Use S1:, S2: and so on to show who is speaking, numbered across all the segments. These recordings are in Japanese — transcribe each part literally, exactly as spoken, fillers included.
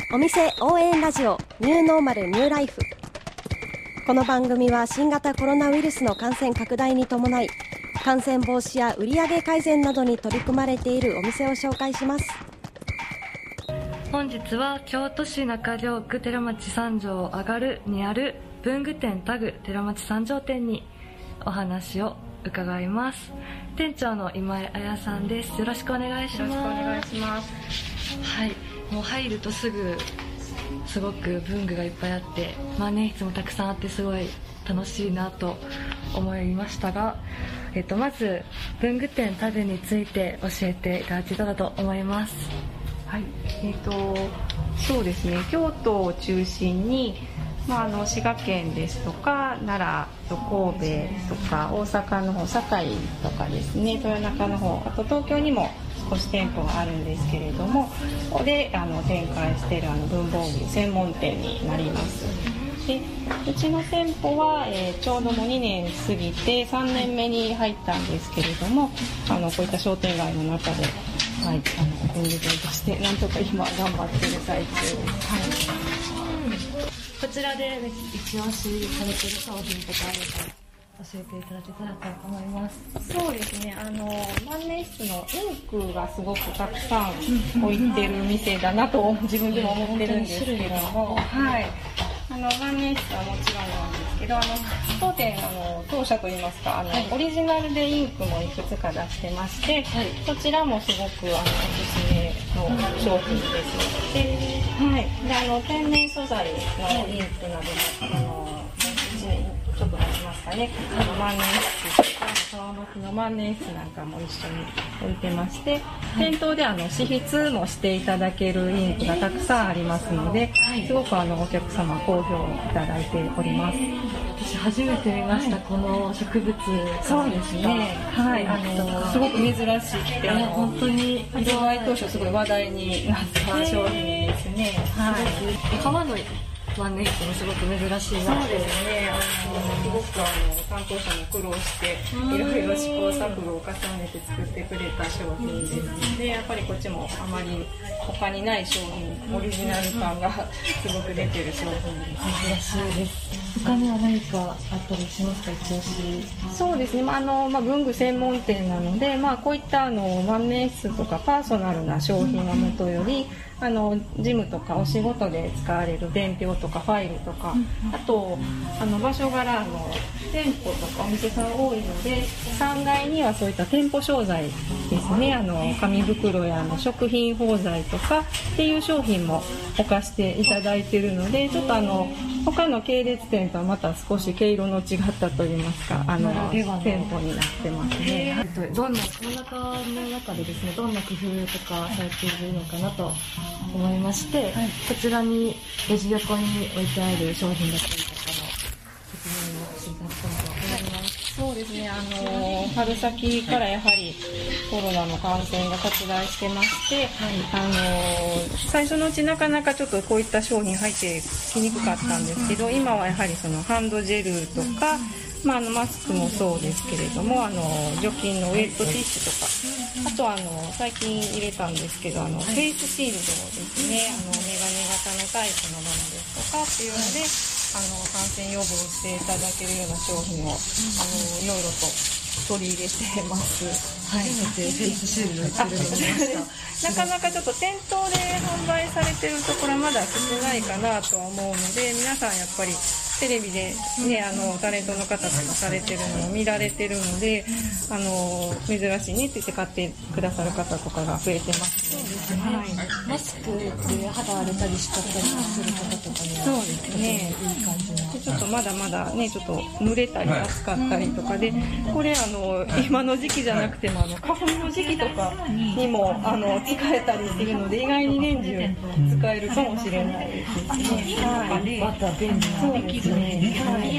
S1: お店応援ラジオニューノーマルニューライフ。この番組は新型コロナウイルスの感染拡大に伴い、感染防止や売上改善などに取り組まれているお店を紹介します。
S2: 本日は京都市中京区寺町三条上がるにある文具店タグ寺町三条店にお話を伺います。店長の今井彩さんです。よろしくお願いします。
S3: よろしくお願いします。
S2: はい、もう入るとすぐすごく文具がいっぱいあって、万年筆もたくさんあってすごい楽しいなと思いましたが、えっと、まず文具店タグについて教えていただけたらと思います。
S3: はい、えーと、そうですね、京都を中心に、まあ、あの滋賀県ですとか奈良と神戸とか大阪の方堺とかですね、豊中の方、あと東京にも少し店舗があるんですけれども、ここであの展開しているあの文房具専門店になります。でうちの店舗は、えー、ちょうどもうにねん過ぎてさんねんめに入ったんですけれども、あのこういった商店街の中で、はい、あの文具店としてなんとか今頑張っている最中です。はい、
S2: こちらで一押しされている商品とかあれば教えていただけたらと思います。
S3: そうですね、あの万年筆のインクがすごくたくさん置いてる店だなと自分でも思ってるんですけども、はい、あの万年筆はもちろんなんですけど、あの当店あの当社といいますか、あの、はい、オリジナルでインクもいくつか出してまして、はい、そちらもすごくあのおすすめの商品です。で、はい、であの天然素材のインクなどもあのちょっと出しますかね、あの万年筆とか川の木の万年筆なんかも一緒に置いてまして、はい、店頭であの試筆もしていただけるインクがたくさんありますので、はい、すごくあのお客様好評いただいております。
S2: 私初めて見ました、はい、この植物。
S3: そうですね、はい、あのすごく珍しくて、あの本当に発売当初すごい話題になった商品ですね。
S2: はい、革の万年筆もすごく珍しいな。
S3: そうですね、あのすごくあの担当者も苦労していろいろ試行錯誤を重ねて作ってくれた商品ですので、やっぱりこっちもあまり他にない商品、オリジナル感がすごく出てる商品です。
S2: 珍しいです。他には何かあったりしますか、一押し。
S3: そうですね、まああのまあ、文具専門店なので、まあ、こういったあの万年筆とかパーソナルな商品のもとより、あの事務とかお仕事で使われる伝票とかファイルとか、あとあの場所柄の店舗とかお店さん多いので、さんがいにはそういった店舗商材ですね、あの紙袋やあの食品包材とかっていう商品も置かせていただいているので、ちょっとあの他の系列店とはまた少し毛色の違ったといいますか、あの店舗になってますね。
S2: どんなコロナ禍の中でですね、どんな工夫とかされているのかなと思いまして、はい、こちらにレジ横に置いてある商品だったりとかの説明をしていただきたいと思います。
S3: そうですね、あの春先からやはりコロナの感染が拡大してまして、はい、あの最初のうちなかなかちょっとこういった商品入ってきにくかったんですけど、今はやはりそのハンドジェルとか、まあ、あのマスクもそうですけれども、あの除菌のウェットティッシュとか、あとあの最近入れたんですけど、あのフェイスシールドですね、あのメガネ型のタイプのものですとかっていうので、あの感染予防していただけるような商品を、あのいろいろと取り入れてます。
S2: はい、初めてフェイスシールド売ってるのを見ました。
S3: なかなかちょっと店頭で販売されてるところはまだ少ないかなとは思うので、皆さんやっぱりテレビで、ね、あのタレントの方とかされてるのを見られてるので、あの珍しいねって言って買ってくださる方とかが増えてます。
S2: そうですね、はい、マスクで肌荒れたりしちゃったりする方とかには
S3: そうですね、
S2: いい感じな。
S3: でちょっとまだまだね、ちょっと濡れたり暑かったりとかで、これあの今の時期じゃなくてもあの花粉の時期とかにもあの使えたりするので、意外に年中使えるかもしれないですね。
S2: はい、また便利な。
S3: そうですね。はい。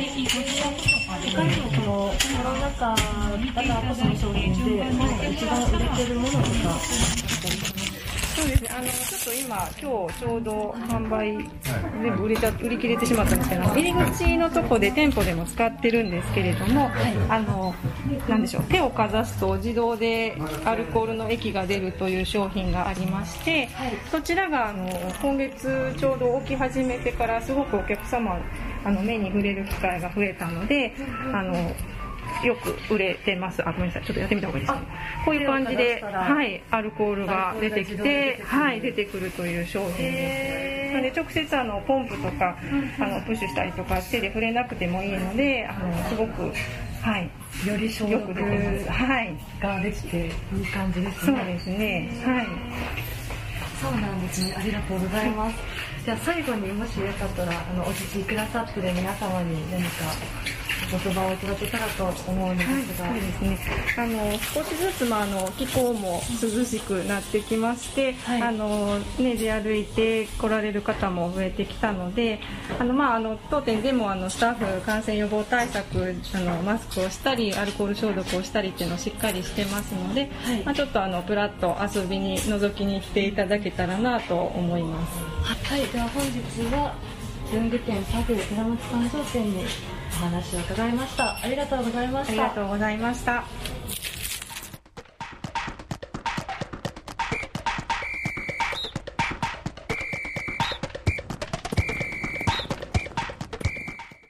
S2: 他にもこのコロナ禍だからこその商品で一番売れてるものとかあったりしますか？
S3: そうですね、あのちょっと今今日ちょうど販売全部売れちゃ売り切れてしまったんですけど、入り口のとこで店舗でも使ってるんですけれども、はい、あのなんでしょう、手をかざすと自動でアルコールの液が出るという商品がありまして、はい、そちらがあの今月ちょうど置き始めてからすごくお客様あの目に触れる機会が増えたので、あのよく売れてます。あ、ごめんなさい、ちょっとやってみた方がいいですかね。こういう感じで、はい、アルコールが出てきて、はい、出てくるという商品です。なので直接あのポンプとかあのプッシュしたりとか手で触れなくてもいいので、あのすごく、はい、
S2: より消毒ができていい感じですね。
S3: そうですね。はい。
S2: そうなんですね。ありがとうございます。じゃあ最後にもしよかったらあのお聞きくださってる皆様に何かお言葉をいただけたらと思うんですが、
S3: はい、そうですね。あの少しずつまああの気候も涼しくなってきまして、はい、あのね出歩いて来られる方も増えてきたので、あのまああの当店でもあのスタッフ感染予防対策あのマスクをしたりアルコール消毒をしたりっていうのをしっかりしてますので、はい、まあちょっとあのプラッと遊びに覗きに来ていただけたらなと思います。
S2: はい、では本日は文具店パグ寺町三条店にお話を伺いました。ありがとうございました。
S3: ありがとうございました。